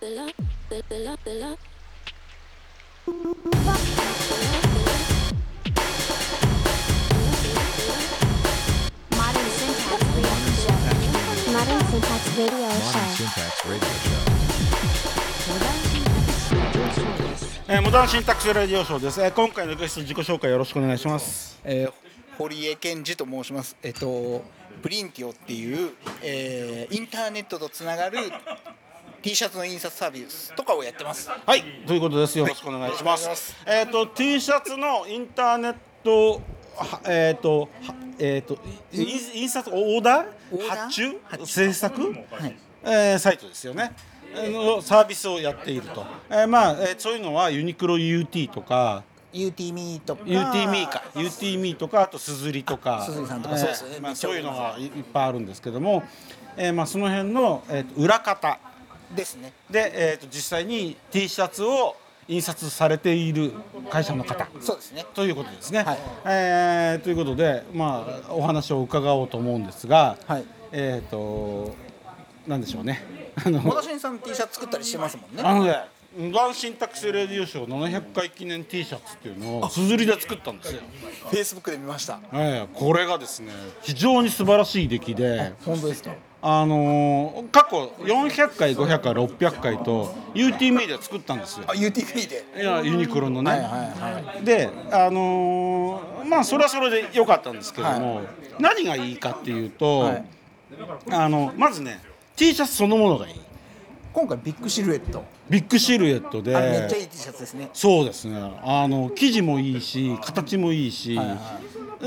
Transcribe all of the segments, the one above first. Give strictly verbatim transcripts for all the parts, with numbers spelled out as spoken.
えー、モダンシンタックスラジオショーです。えー、今回のゲスト自己紹介よろしくお願いします。 えー、堀江健二と申します。えっとプリンティオっていう、えー、インターネットとつながる T シャツの印刷サービスとかをやってます。 はい、ということです。よろしくお願いします。はい、えっ、ー、と T シャツのインターネットえっ、ー、とえっ、ー、と印刷オーダー発注制作、はい、えー、サイトですよね。のサービスをやっていると、えー、まあ、えー、そういうのはユニクロ ユーティー とかユーティー ミーとかユーティー ミーか ユーティー ミーとかあとすずりとかすずりさんとかそうですよね、 えーまあ、そういうのがいっぱいあるんですけども、えーまあ、その辺の、えー、と裏方ですね。 で、えー、と実際に T シャツを印刷されている会社の方、 そうですね、 ということですね。 はい、 えー、ということで、まあ、お話を伺おうと思うんですが、 はい、 えっ、ー、となんでしょうね。 モダシンさん T シャツ作ったりしてますもんね。 あのね、モダンシンタックスレディオショーななひゃっかい記念 T シャツっていうのをすずりで作ったんですよ。 フェイスブックで見ました。 えー、これがですね非常に素晴らしい出来で。 本当ですか。 あのー、過去よんひゃっかいごひゃっかいろっぴゃっかいと ユーティー ミーで作ったんですよ。 あ ユーティー ミーでいやユニクロのね、 はいはいはい、 であのー、まあそれはそれで良かったんですけども、はい、何がいいかっていうと、はい、あのまずね T シャツそのものがいい。 今回ビッグシルエットビッグシルエットでめっちゃいい T シャツですね。 そうですね、あの生地もいいし形もいいし、はいはい、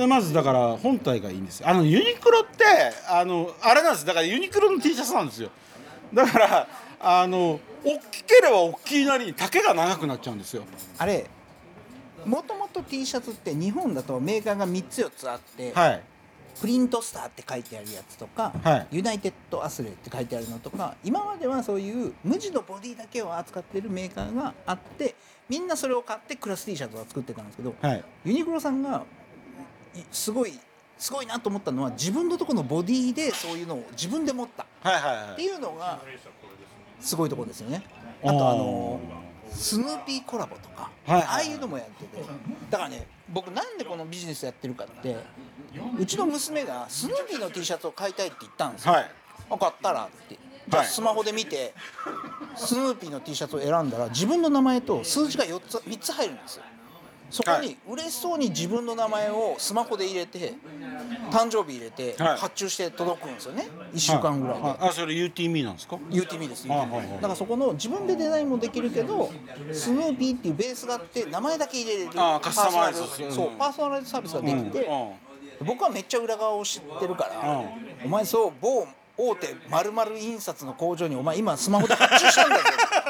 まずだから本体がいいんですよ。あのユニクロってあのあれなんです。だからユニクロの T シャツなんですよ。だからあの大きければ大きいなりに丈が長くなっちゃうんですよ。 あれもともと T シャツって日本だとメーカーがみっつよっつあって、 はい、 プリントスターって書いてあるやつとか、はい、ユナイテッドアスレって書いてあるのとか、今まではそういう無地のボディだけを扱ってるメーカーがあって、みんなそれを買ってクラス T シャツを作ってたんですけど、はい、ユニクロさんがすごいすごいなと思ったのは自分のところのボディでそういうのを自分で持った、はいはいはい、っていうのがすごいところですよね。あとあのスヌーピーコラボとか、はいはいはい、ああいうのもやってて、だからね僕なんでこのビジネスやってるかって、うちの娘がスヌーピーの T シャツを買いたいって言ったんですよ、はい、買ったらってじゃあスマホで見て、はい、スヌーピーの T シャツを選んだら自分の名前と数字がよっつみっつ入るんですよ。そこに嬉しそうに自分の名前をスマホで入れて誕生日入れて発注して届くんですよね、いっしゅうかんぐらいで、はいはい、 あそれ ユーティー ミーなんですか。 ユーティー ミーです、はいはいはい、だからそこの自分でデザインもできるけどスヌーピーっていうベースがあって名前だけ入れれるあカスタマイズ、 そうパーソナライズサービスができて、うん、僕はめっちゃ裏側を知ってるから、うん、お前そう某大手〇〇印刷の工場にお前今スマホで発注したんだぞ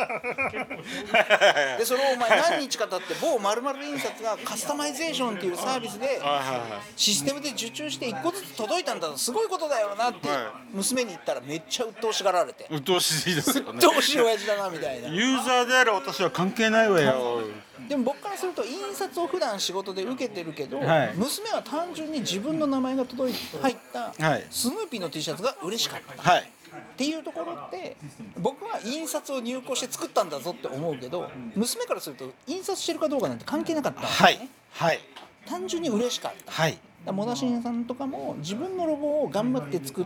でそれをお前何日か経って某〇〇印刷がカスタマイゼーションっていうサービスでシステムで受注していっこずつ届いたんだぞ、すごいことだよなって娘に言ったらめっちゃ鬱陶しがられて、 鬱陶しいですよね、 鬱陶しい親父だなみたいな、 ユーザーである私は関係ないわよ。 でも僕からすると印刷を普段仕事で受けてるけど、はい、娘は単純に自分の名前が届いて入ったスヌーピーの T シャツが嬉しかった、はい、っていうところって僕は印刷を入稿して作ったんだぞって思うけど、娘からすると印刷してるかどうかなんて関係なかったんですね、はいはい、単純に嬉しかった、はい、モダシンさんとかも自分のロゴを頑張って作って、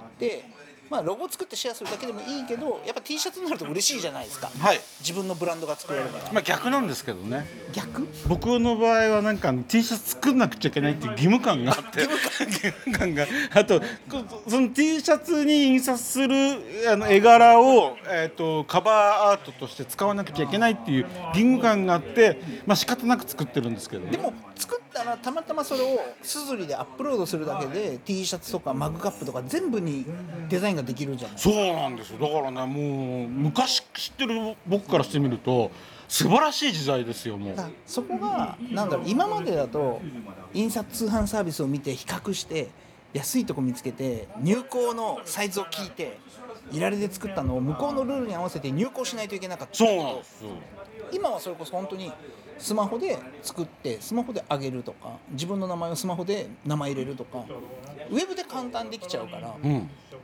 まあ、ロゴ作ってシェアするだけでもいいけどやっぱ T シャツになると嬉しいじゃないですか、はい、自分のブランドが作れるから、 まあ、逆なんですけどね。 逆僕の場合はなんか T シャツ作んなくちゃいけないっていう義務感があって義務感があとその T シャツに印刷するあの絵柄を、えー、とカバーアートとして使わなくちゃいけないっていう義務感があって、まあ、仕方なく作ってるんですけど、ね、 でも作ったらたまたまそれをすずりでアップロードするだけで T シャツとかマグカップとか全部にデザインができるじゃないですか。 そうなんですよ。だからねもう昔知ってる僕からしてみると素晴らしい時代ですよ。もうそこがなんだろう、今までだと印刷通販サービスを見て比較して安いとこ見つけて入稿のサイズを聞いていられで作ったのを向こうのルールに合わせて入稿しないといけなかった。 そうなんですよ。 今はそれこそ本当にスマホで作ってスマホで上げるとか自分の名前をスマホで名前入れるとかウェブで簡単できちゃうから、うん、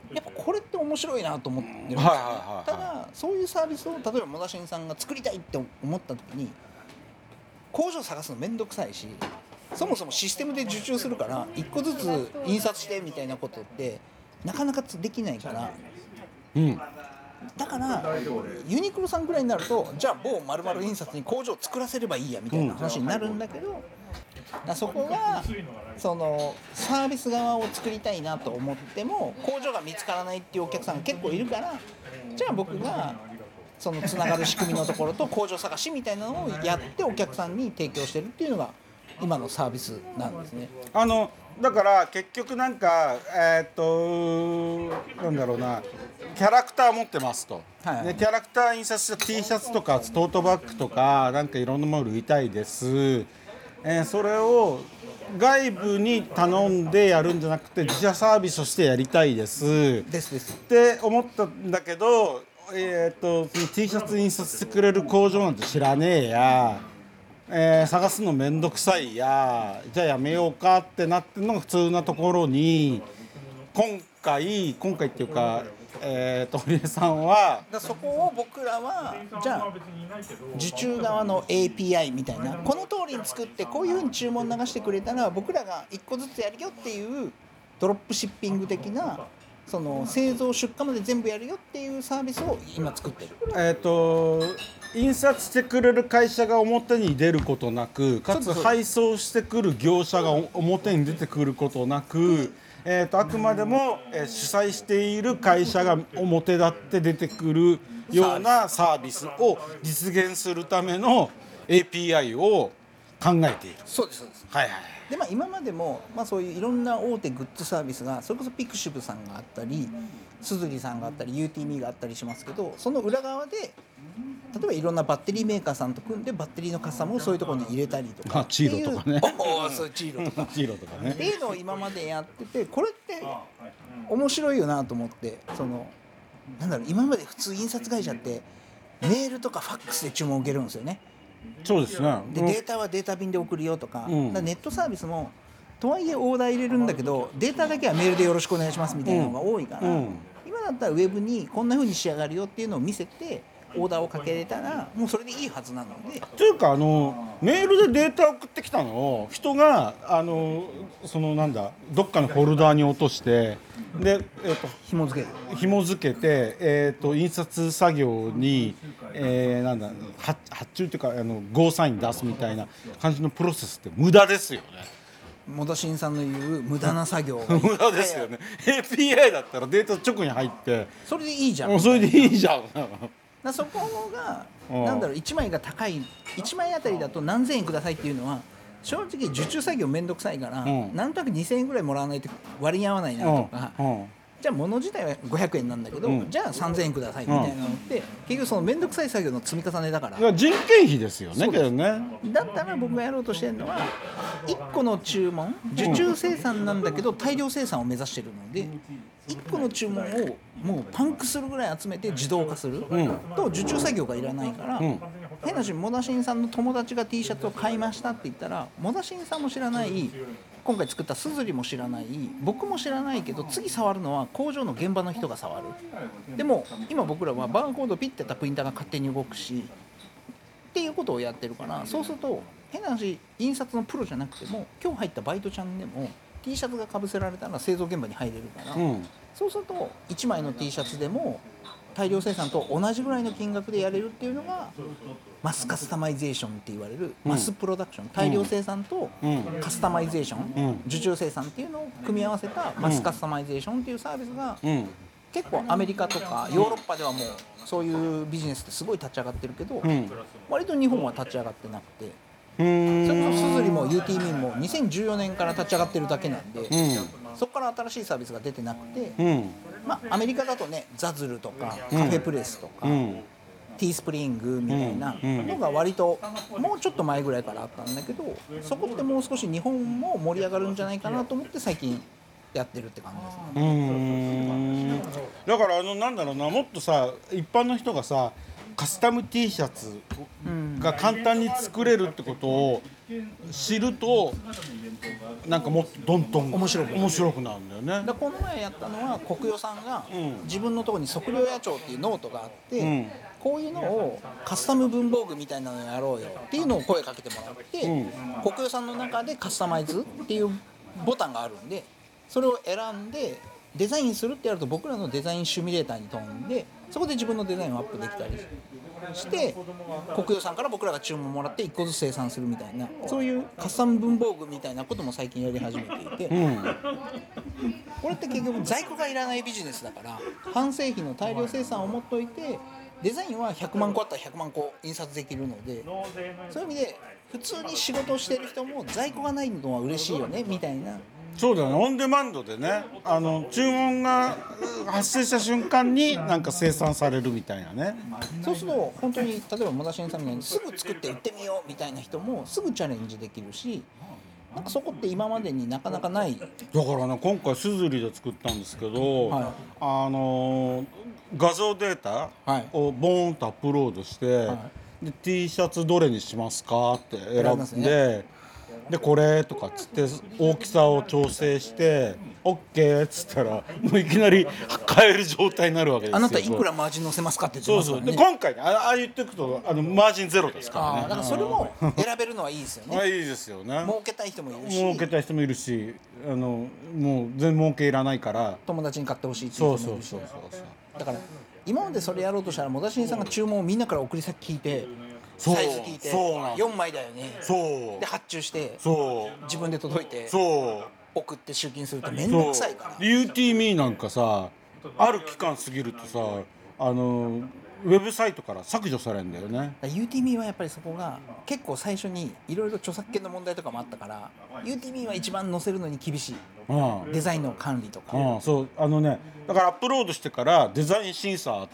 やっぱこれって面白いなと思ってるんですよね、 はいはいはいはい、 ただそういうサービスを例えばモダシンさんが作りたいって思った時に工場探すのめんどくさいし、そもそもシステムで受注するからいっこずつ印刷してみたいなことってなかなかできないから、 うん、 だからユニクロさんぐらいになるとじゃあ某〇〇印刷に工場を作らせればいいやみたいな話になるんだけど、だそこがそのサービス側を作りたいなと思っても工場が見つからないっていうお客さんが結構いるから、じゃあ僕がそのつながる仕組みのところと工場探しみたいなのをやってお客さんに提供してるっていうのが今のサービスなんですね。 あのだから結局なんかえー、っとなんだろうな、キャラクター持ってますと、はいはい、でキャラクター印刷した T シャツとかトートバッグとかなんかいろんなもの売りたいです、えー、それを外部に頼んでやるんじゃなくて自社サービスとしてやりたいですですですって思ったんだけど、えー、とその T シャツ印刷してくれる工場なんて知らねえや、えー、探すのめんどくさいや、じゃあやめようかってなってるのが普通なところに、今回今回っていうか、えー、と堀江さんはだそこを僕らはじゃあ受注側の エーピーアイ みたいな、この通りに作ってこういうふうに注文流してくれたら僕らがいっこずつやるよっていうドロップシッピング的な、その製造出荷まで全部やるよっていうサービスを今作ってる。 えーと印刷してくれる会社が表に出ることなく、かつ配送してくる業者が表に出てくることなく、えーとあくまでも、えー、主催している会社が表立って出てくるようなサービスを実現するための エーピーアイ を考えている。 そうですそうです、 はいはい。 でまあ、今までも、まあ、そういういろんな大手グッズサービスがそれこそピクシブさんがあったりスズリさんがあったり ユーティーミー があったりしますけど、その裏側で例えばいろんなバッテリーメーカーさんと組んでバッテリーのカスタムをそういうところに入れたりとか、 チーロとかねおおそうチーロとかチーロとかねっていうのを今までやってて、これって面白いよなと思って、そのなんだろう、今まで普通印刷会社ってメールとかファックスで注文を受けるんですよね。 そうですね。 でデータはデータ便で送るよとか、 うん、 だからネットサービスもとはいえオーダー入れるんだけどデータだけはメールでよろしくお願いしますみたいなのが多いから、うんうん、今だったらウェブにこんな風に仕上がるよっていうのを見せてオーダーをかけれたらもうそれでいいはずなので。 というかあのメールでデータ送ってきたのを人があのそのなんだどっかのフォルダーに落としてで、えー、と紐付ける紐付けて、えー、と印刷作業に、えー、なんだ発注っていうかあのゴーサイン出すみたいな感じのプロセスって無駄ですよね。 モダシンさんの言う無駄な作業無駄ですよね。 エーピーアイ だったらデータ直に入ってそれでいいじゃん。 それでいいじゃんだそこがなんだろう、いちまいが高いいちまいあたりだと何千円くださいっていうのは正直受注作業めんどくさいから、うん、なんとなくにせんえんぐらいもらわないと割に合わないなとか、うんうん、じゃあ物自体はごひゃくえんなんだけど、うん、じゃあさんぜんえんくださいみたいなのって、うん、結局そのめんどくさい作業の積み重ねだから、 人件費ですよね。けどねだったら僕がやろうとしてるのはいっこの注文受注生産なんだけど大量生産を目指してるので、いっこの注文をもうパンクするぐらい集めて自動化する、うん、と受注作業がいらないから、うん、変な話モダシンさんの友達が T シャツを買いましたって言ったらモダシンさんも知らない、今回作ったスズリも知らない、僕も知らないけど次触るのは工場の現場の人が触る。でも今僕らはバーコードをピッてやったらプリンターが勝手に動くしっていうことをやってるから、そうすると変な話印刷のプロじゃなくても今日入ったバイトちゃんでも T シャツがかぶせられたら製造現場に入れるから、うん、そうするといちまいの T シャツでも大量生産と同じぐらいの金額でやれるっていうのがマスカスタマイゼーションって言われる、うん、マスプロダクション、大量生産とカスタマイゼーション、うん、受注生産っていうのを組み合わせたマスカスタマイゼーションっていうサービスが、うん、結構アメリカとかヨーロッパではもうそういうビジネスってすごい立ち上がってるけど、うん、割と日本は立ち上がってなくて、それこそスズリも ユーティーミー もにせんじゅうよねんから立ち上がってるだけなんで、うん、そこから新しいサービスが出てなくて、うん、まあアメリカだとねザズルとかカフェプレスとか、うん、ティースプリングみたいなのが割ともうちょっと前ぐらいからあったんだけど、そこってもう少し日本も盛り上がるんじゃないかなと思って最近やってるって感じですね。うーんだからあのなんだろうな、もっとさ一般の人がさカスタム T シャツが簡単に作れるってことを知るとなんかもっとどんどん面白く面白くなるんだよね。 だこの前やったのは国与さんが自分のところに測量野帳っていうノートがあって、うん、こういうのをカスタム文房具みたいなのやろうよっていうのを声かけてもらって、うん、国与さんの中でカスタマイズっていうボタンがあるんで、それを選んでデザインするってやると僕らのデザインシミュレーターに飛んで、そこで自分のデザインをアップできたりして国与さんから僕らが注文もらっていっこずつ生産するみたいな、そういうカスタム文房具みたいなことも最近やり始めていて、うん、これって結局在庫がいらないビジネスだから、半製品の大量生産を持っといてデザインはひゃくまんこあったらひゃくまんこ印刷できるので、そういう意味で普通に仕事をしてる人も在庫がないのは嬉しいよねみたいな。 そうだね、オンデマンドでね、あの注文が発生した瞬間になんか生産されるみたいなね。 そうすると本当に例えばモダシンさんみたいにすぐ作って売ってみようみたいな人もすぐチャレンジできるし、なんかそこって今までになかなかない。だからね、今回スズリで作ったんですけど、はい、あの画像データをボーンとアップロードして、はい、で T シャツどれにしますかって選んで、でこれとかっつって大きさを調整して OK っつったらもういきなり買える状態になるわけですよ。 あなたいくらマージン乗せますかって言ってますからね。 そうそう。で今回ね、ああ言ってくとあのマージンゼロですからね。 あだからそれも選べるのはいいですよね。 あいいですよね。 儲けたい人もいるし、 儲けたい人もいるし、あのもう全然儲けいらないから友達に買ってほしいっていう人もいるし、そうそうそうそう。だから今までそれやろうとしたらモダシンさんが注文をみんなから送り先聞いてサイズ聞いてよんまいだよね、そうで発注してそう自分で届いてそう送って出勤すると面倒くさいから。 ユーティーミー なんかさ、ある期間過ぎるとさ、あのウェブサイトから削除されるんだよね。 ユーティーミー はやっぱりそこが結構最初にいろいろ著作権の問題とかもあったから ユーティーミー は一番載せるのに厳しい、うん、デザインの管理とか、 うん、そうあのね、だからアップロードしてからデザイン審査あって、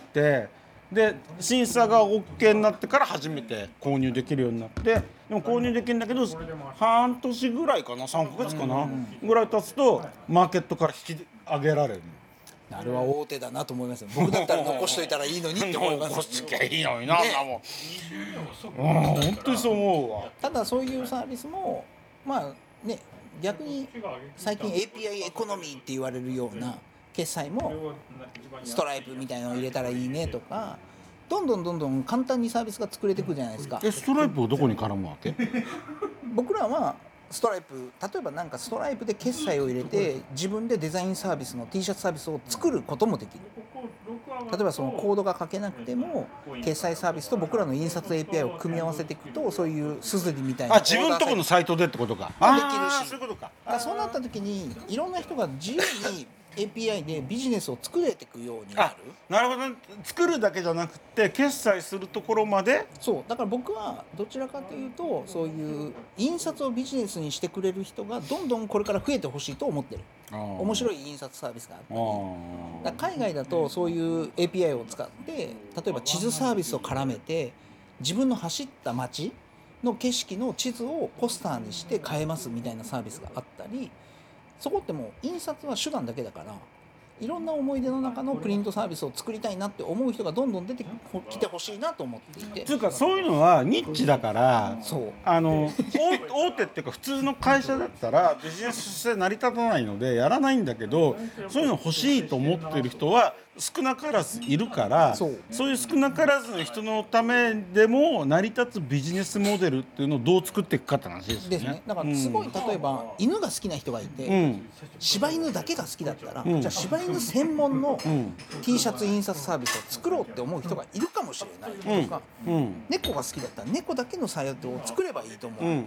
で審査が OK になってから初めて購入できるようになって、でも購入できるんだけど半年ぐらいかな、さんかげつかな、うんうん、ぐらい経つとマーケットから引き上げられる。 あれは大手だなと思いますよ。僕だったら残しといたらいいのにって思います。 残しときゃいいのにな、ね、もう、うん、本当にそう思うわ。 ただそういうサービスもまあね、逆に最近 エーピーアイ エコノミーって言われるような決済もストライプみたいなのを入れたらいいねとか、どんどんどんどん簡単にサービスが作れていくじゃないですか。 えストライプをどこに絡むわけ？ 僕らはストライプ、例えばなんかストライプで決済を入れて自分でデザインサービスの T シャツサービスを作ることもできる。例えばそのコードが書けなくても決済サービスと僕らの印刷 エーピーアイ を組み合わせていくと、そういうスズリみたいなあ自分のところのサイトでってことかできるし、 そういうことか。 だからそうなった時にいろんな人が自由にエーピーアイ でビジネスを作れていくようになる。 なるほど、ね、作るだけじゃなくて決済するところまで。 そうだから僕はどちらかというとそういう印刷をビジネスにしてくれる人がどんどんこれから増えてほしいと思ってる。面白い印刷サービスがあったり、だから海外だとそういう エーピーアイ を使って例えば地図サービスを絡めて自分の走った街の景色の地図をポスターにして買えますみたいなサービスがあったり、そこってもう印刷は手段だけだから、いろんな思い出の中のプリントサービスを作りたいなって思う人がどんどん出てきてほしいなと思っていて、 というかそういうのはニッチだから、 そうあの大手っていうか普通の会社だったらビジネスとして成り立たないのでやらないんだけど、そういうの欲しいと思ってる人は少なからずいるから、そう、そういう少なからずの人のためでも成り立つビジネスモデルっていうのをどう作っていくかって話ですね。 ですね。だからすごい、うん、例えば犬が好きな人がいて、うん、柴犬だけが好きだったら、うん、じゃあ柴犬専門の T シャツ印刷サービスを作ろうって思う人がいるかもしれないとか、うんうん、猫が好きだったら猫だけのサイトを作ればいいと思う、うんうん、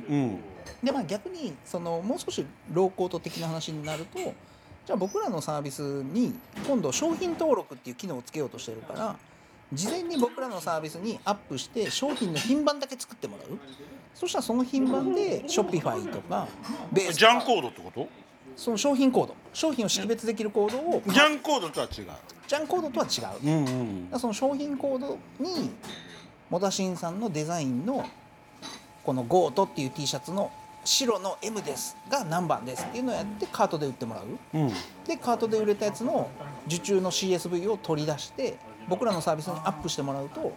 でまあ逆にそのもう少しローコード的な話になると、じゃあ僕らのサービスに今度商品登録っていう機能をつけようとしてるから、事前に僕らのサービスにアップして商品の品番だけ作ってもらう。そしたらその品番で Shopify とかベースジャンコードってこと？ その商品コード、商品を識別できるコードをジャンコードとは違う。 ジャンコードとは違う、うんうん、だからその商品コードにモダシンさんのデザインのこのゴートっていう T シャツの白の エム ですが何番ですっていうのをやってカートで売ってもらう、うん、でカートで売れたやつの受注の シーエスブイ を取り出して僕らのサービスにアップしてもらうと、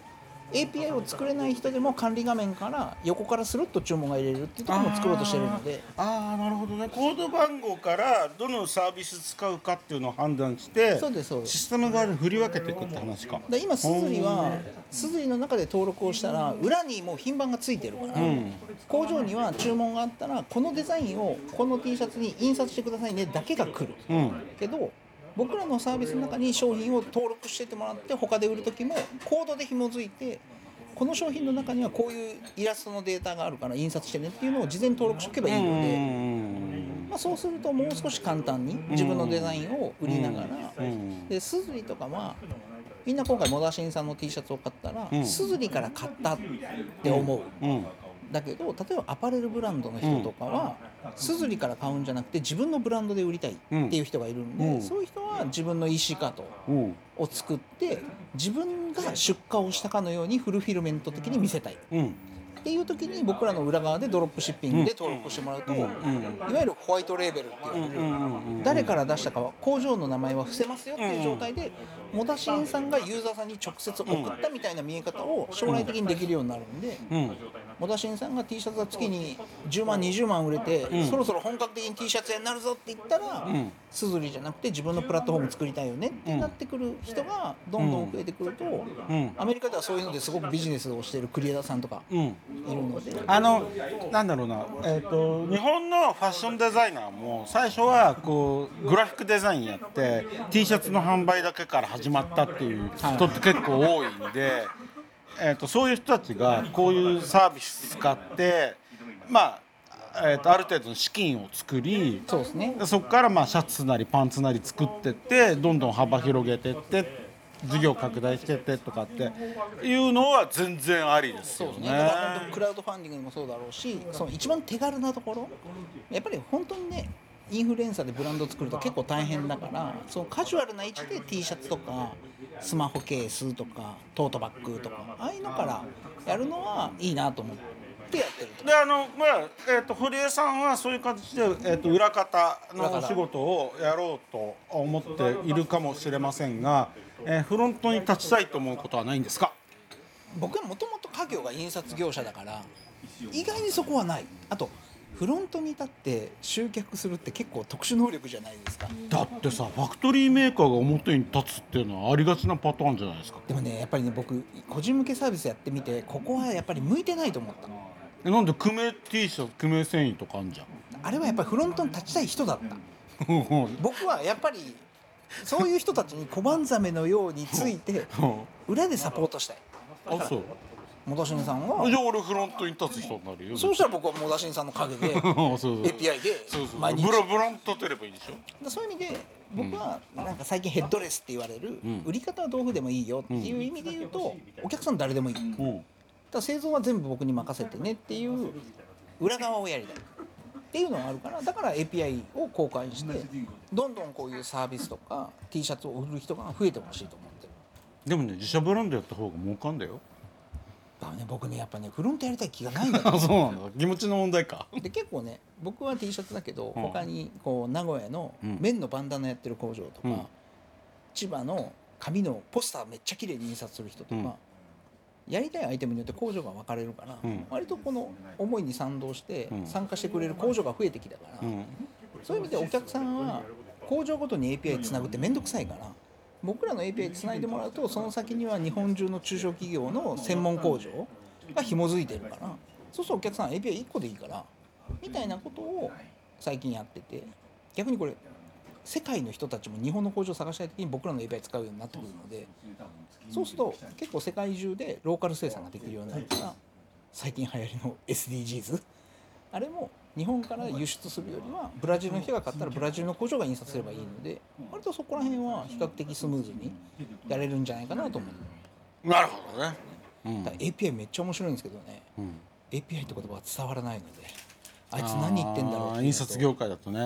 エーピーアイ を作れない人でも管理画面から横からスロット注文が入れるっていうところも作ろうとしてるので、 ああなるほどね。コード番号からどのサービス使うかっていうのを判断して、 そうですそうです。 システム側で振り分けていくって話か。 で今すずりはすずりの中で登録をしたら裏にもう品番がついてるから、うん、工場には注文があったらこのデザインをこの T シャツに印刷してくださいねだけが来る、うん、けど僕らのサービスの中に商品を登録しててもらって他で売る時もコードで紐づいてこの商品の中にはこういうイラストのデータがあるから印刷してねっていうのを事前に登録しておけばいいので、まあ、そうするともう少し簡単に自分のデザインを売りながら、でスズリとかはみんな今回モダシンさんの T シャツを買ったら、スズリから買ったって思う、だけど例えばアパレルブランドの人とかは、スズリから買うんじゃなくて自分のブランドで売りたいっていう人がいるんで、うん、そういう人は自分の イーシー カートを作って自分が出荷をしたかのようにフルフィルメント的に見せたい、うんっていう時に僕らの裏側でドロップシッピングで登録してもらうと、いわゆるホワイトレーベルって言われる、誰から出したかは工場の名前は伏せますよっていう状態で、モダシンさんがユーザーさんに直接送ったみたいな見え方を将来的にできるようになるんで、モダシンさんが T シャツが月にじゅうまんにじゅうまん売れて、そろそろ本格的に T シャツ屋になるぞって言ったら、スズリじゃなくて自分のプラットフォーム作りたいよねってなってくる人がどんどん増えてくると、アメリカではそういうのですごくビジネスをしているクリエイターさんとかいるので、 あのなんだろうな、えーと、日本のファッションデザイナーも最初はこうグラフィックデザインやって T シャツの販売だけから始まったっていう人って結構多いんで、えーと、そういう人たちがこういうサービス使ってまあえー、とある程度の資金を作り、 そうですね、 そこからまあシャツなりパンツなり作ってってどんどん幅広げてって事業拡大してってとかっていうのは全然ありですよね。 そうですね。だから本当にクラウドファンディングもそうだろうし、その一番手軽なところ、やっぱり本当にねインフルエンサーでブランドを作ると結構大変だから、そのカジュアルな位置で T シャツとかスマホケースとかトートバッグとかああいうのからやるのはいいなと思って。やってるとであのまあえー、と堀江さんはそういう形で、えー、と裏方のお仕事をやろうと思っているかもしれませんが、えー、フロントに立ちたいと思うことはないんですか？ 僕はもともと家業が印刷業者だから意外にそこはない。あとフロントに立って集客するって結構特殊能力じゃないですか。 だってさファクトリーメーカーが表に立つっていうのはありがちなパターンじゃないですか。 でもねやっぱりね僕個人向けサービスやってみてここはやっぱり向いてないと思ったの。 なんでクメ T シャツクメ繊維とかあんじゃん。 あれはやっぱりフロントに立ちたい人だった僕はやっぱりそういう人たちに小判ザメのようについて裏でサポートしたい。 あそうモダシンさんがじゃあ俺フロントに立つ人になるよ。 そうしたら僕はモダシンさんの陰で エーピーアイ で毎日ブラブラン立てればいいでしょ。 そういう意味で僕はなんか最近ヘッドレスって言われる売り方は道具でもいいよっていう意味で言うとお客さん誰でもいい、うんだ製造は全部僕に任せてねっていう裏側をやりたいっていうのがあるから、だから エーピーアイ を公開してどんどんこういうサービスとか T シャツを売る人が増えてほしいと思ってる。 でもね自社ブランドやった方が儲かんだよ。 だからね僕ねやっぱねフロントやりたい気がないんだよそうなんだ気持ちの問題か。 で結構ね僕は T シャツだけど、うん、他にこう名古屋の綿のバンダナやってる工場とか、うん、千葉の紙のポスターめっちゃ綺麗に印刷する人とか、うんやりたいアイテムによって工場が分かれるから、うん、割とこの思いに賛同して参加してくれる工場が増えてきたから、うん、そういう意味でお客さんは工場ごとに エーピーアイ つなぐってめんどくさいから僕らの エーピーアイ つないでもらうとその先には日本中の中小企業の専門工場が紐づいてるからそうするとお客さん エーピーアイいっこでいいからみたいなことを最近やってて逆にこれ世界の人たちも日本の工場を探したい時に僕らの エーピーアイ 使うようになってくるのでそうすると結構世界中でローカル生産ができるようになるから最近流行りの エスディージーズ あれも日本から輸出するよりはブラジルの人が買ったらブラジルの工場が印刷すればいいので割とそこら辺は比較的スムーズにやれるんじゃないかなと思う。 なるほどね、 うん、だから エーピーアイ めっちゃ面白いんですけどね、うん、エーピーアイ って言葉は伝わらないのであいつ何言ってんだろうって印刷業界だとね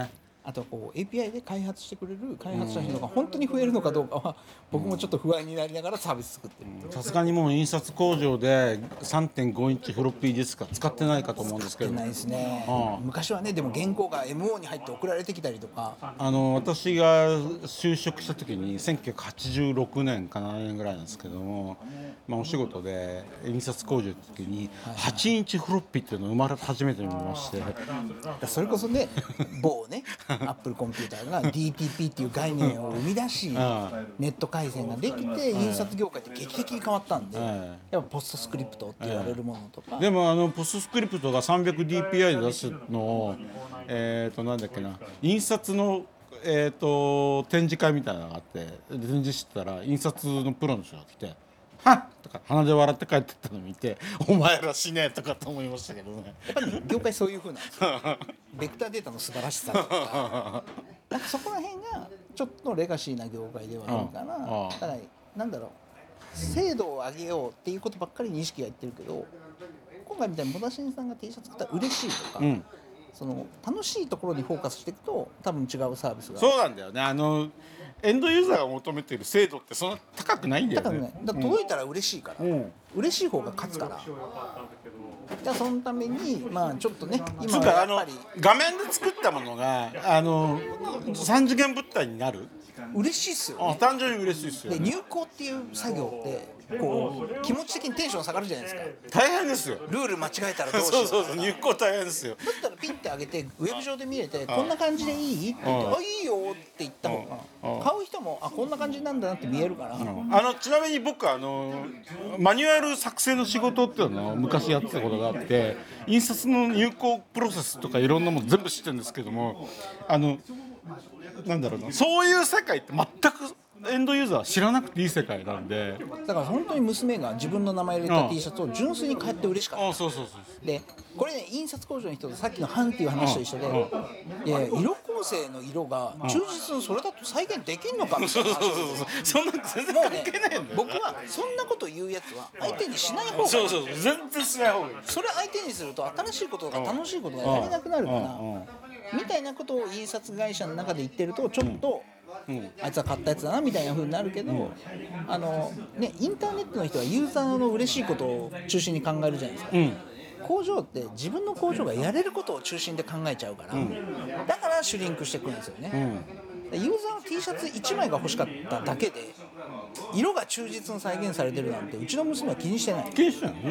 あとこう エーピーアイ で開発してくれる開発者の人が本当に増えるのかどうかは僕もちょっと不安になりながらサービス作ってる。 さすがにもう印刷工場で さんてんご インチフロッピーディスクは使ってないかと思うんですけど。 使ってないですね。ああ昔はねでも原稿が エムオー に入って送られてきたりとか。 あの私が就職した時にせんきゅうひゃくはちじゅうろくねんかななねんぐらいなんですけども、まあ、お仕事で印刷工場の時にはちインチフロッピーっていうのを生まれて初めて見まして、 それこそね某ねアップルコンピューターが ディーティーピー っていう概念を生み出しネット回線ができて印刷業界って劇的に変わったんで、やっぱポストスクリプトって言われるものとか、 でもあのポストスクリプトが さんびゃくディーピーアイ で出すのをえっとなんだっけな印刷のえっと展示会みたいなのがあって展示してたら印刷のプロの人が来てはっとか鼻で笑って帰ってったのを見てお前ら死ねえとかと思いましたけどね。 やっぱり業界そういう風なんですよベクターデータの素晴らしさとかなんかそこら辺がちょっとレガシーな業界ではあるからだからなんだろう精度を上げようっていうことばっかりに意識がいってるけど今回みたいにモダシンさんが T シャツ作ったら嬉しいとか、うん、その楽しいところにフォーカスしていくと多分違うサービスがそうなんだよね。あのエンドユーザーが求めている精度ってそんな高くないんだよね。高くない。 だから届いたら嬉しいから、うん、嬉しい方が勝つから。じゃあそのためにまあちょっとね今はやっぱり画面で作ったものがあの三次元物体になる。 嬉しいっすよね。 あ単純に嬉しいっすよ、ね。 で入稿っていう作業ってこう気持ち的にテンション下がるじゃないですか。 大変ですよ。 ルール間違えたらどうしよう。 そうそうそう入稿大変ですよ。 だったらピッて上げてウェブ上で見れてこんな感じでいいって言ってあいいよって言った方が買う人もあこんな感じなんだなって見えるから。あのちなみに僕あのマニュアル作成の仕事っていうのを昔やってたことがあって印刷の入稿プロセスとかいろんなもの全部知ってるんですけどもあのなんだろうなそういう世界って全くエンドユーザーは知らなくていい世界なんでだから本当に娘が自分の名前入れた T シャツを純粋に買って嬉しかった。 あそうそうそうでこれね印刷工場の人とさっきのハンっていう話と一緒でいや色構成の色が忠実にそれだと再現できんのかみたいな話そんな全然関係ないんだよ、ね、 僕はそんなこと言うやつは相手にしない方がいい。 そうそう全然しない方がいい。それ相手にすると新しいこととか楽しいことがやれなくなるからみたいなことを印刷会社の中で言ってるとちょっと、うんうん、あいつは買ったやつだなみたいな風になるけど、うん、あのねインターネットの人はユーザーの嬉しいことを中心に考えるじゃないですか、うん、工場って自分の工場がやれることを中心で考えちゃうから、うん、だからシュリンクしてくるんですよね、うん、ユーザーの T シャツいちまいが欲しかっただけで色が忠実に再現されてるなんてうちの娘は気にしてない。 気にしてない、うん、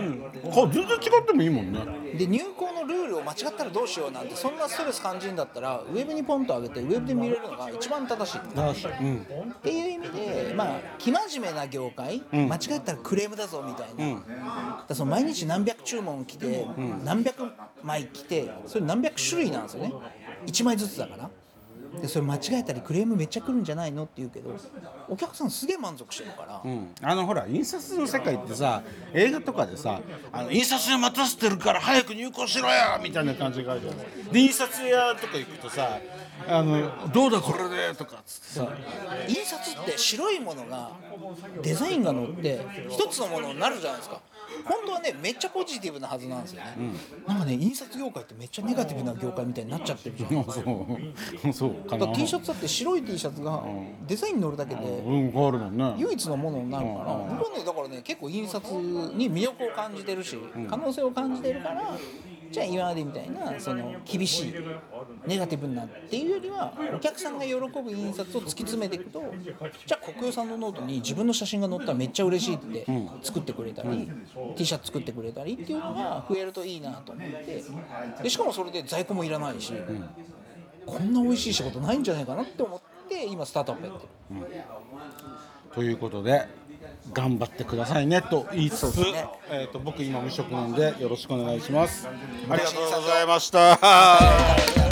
全然違ってもいいもんね。 で入稿のルールを間違ったらどうしようなんてそんなストレス感じるんだったらウェブにポンと上げてウェブで見れるのが一番正しい、 正しい、うん、 っていう意味でまあ生真面目な業界、うん、間違ったらクレームだぞみたいな、うん、だその毎日何百注文来て、うん、何百枚来てそれ何百種類なんですよねいちまいずつだから。でそれ間違えたりクレームめっちゃ来るんじゃないのって言うけどお客さんすげえ満足してるから、うん、 あのほら印刷の世界ってさ映画とかでさあの印刷で待たせてるから早く入稿しろよみたいな感じがあるじゃないですか。で印刷屋とか行くとさあのどうだこれでとかつってさ印刷って白いものがデザインが載って一つのものになるじゃないですか。本当はねめっちゃポジティブなはずなんですよね、うん、なんかね印刷業界ってめっちゃネガティブな業界みたいになっちゃってるじゃんそうそうかな。 だから T シャツだって白い T シャツがデザインに乗るだけで唯一のものになるから僕はねだからね結構印刷に魅力を感じてるし可能性を感じてるからじゃあ今までみたいなその厳しいネガティブになっていうよりはお客さんが喜ぶ印刷を突き詰めていくとじゃあ国用さんのノートに自分の写真が載ったらめっちゃ嬉しいって作ってくれたり T シャツ作ってくれたりっていうのが増えるといいなと思ってでしかもそれで在庫もいらないしこんな美味しい仕事ないんじゃないかなって思って今スタートアップやってる、うん、 ということで頑張ってくださいねと言いつつ、ねえー、と僕今無職なんでよろしくお願いします。ありがとうございました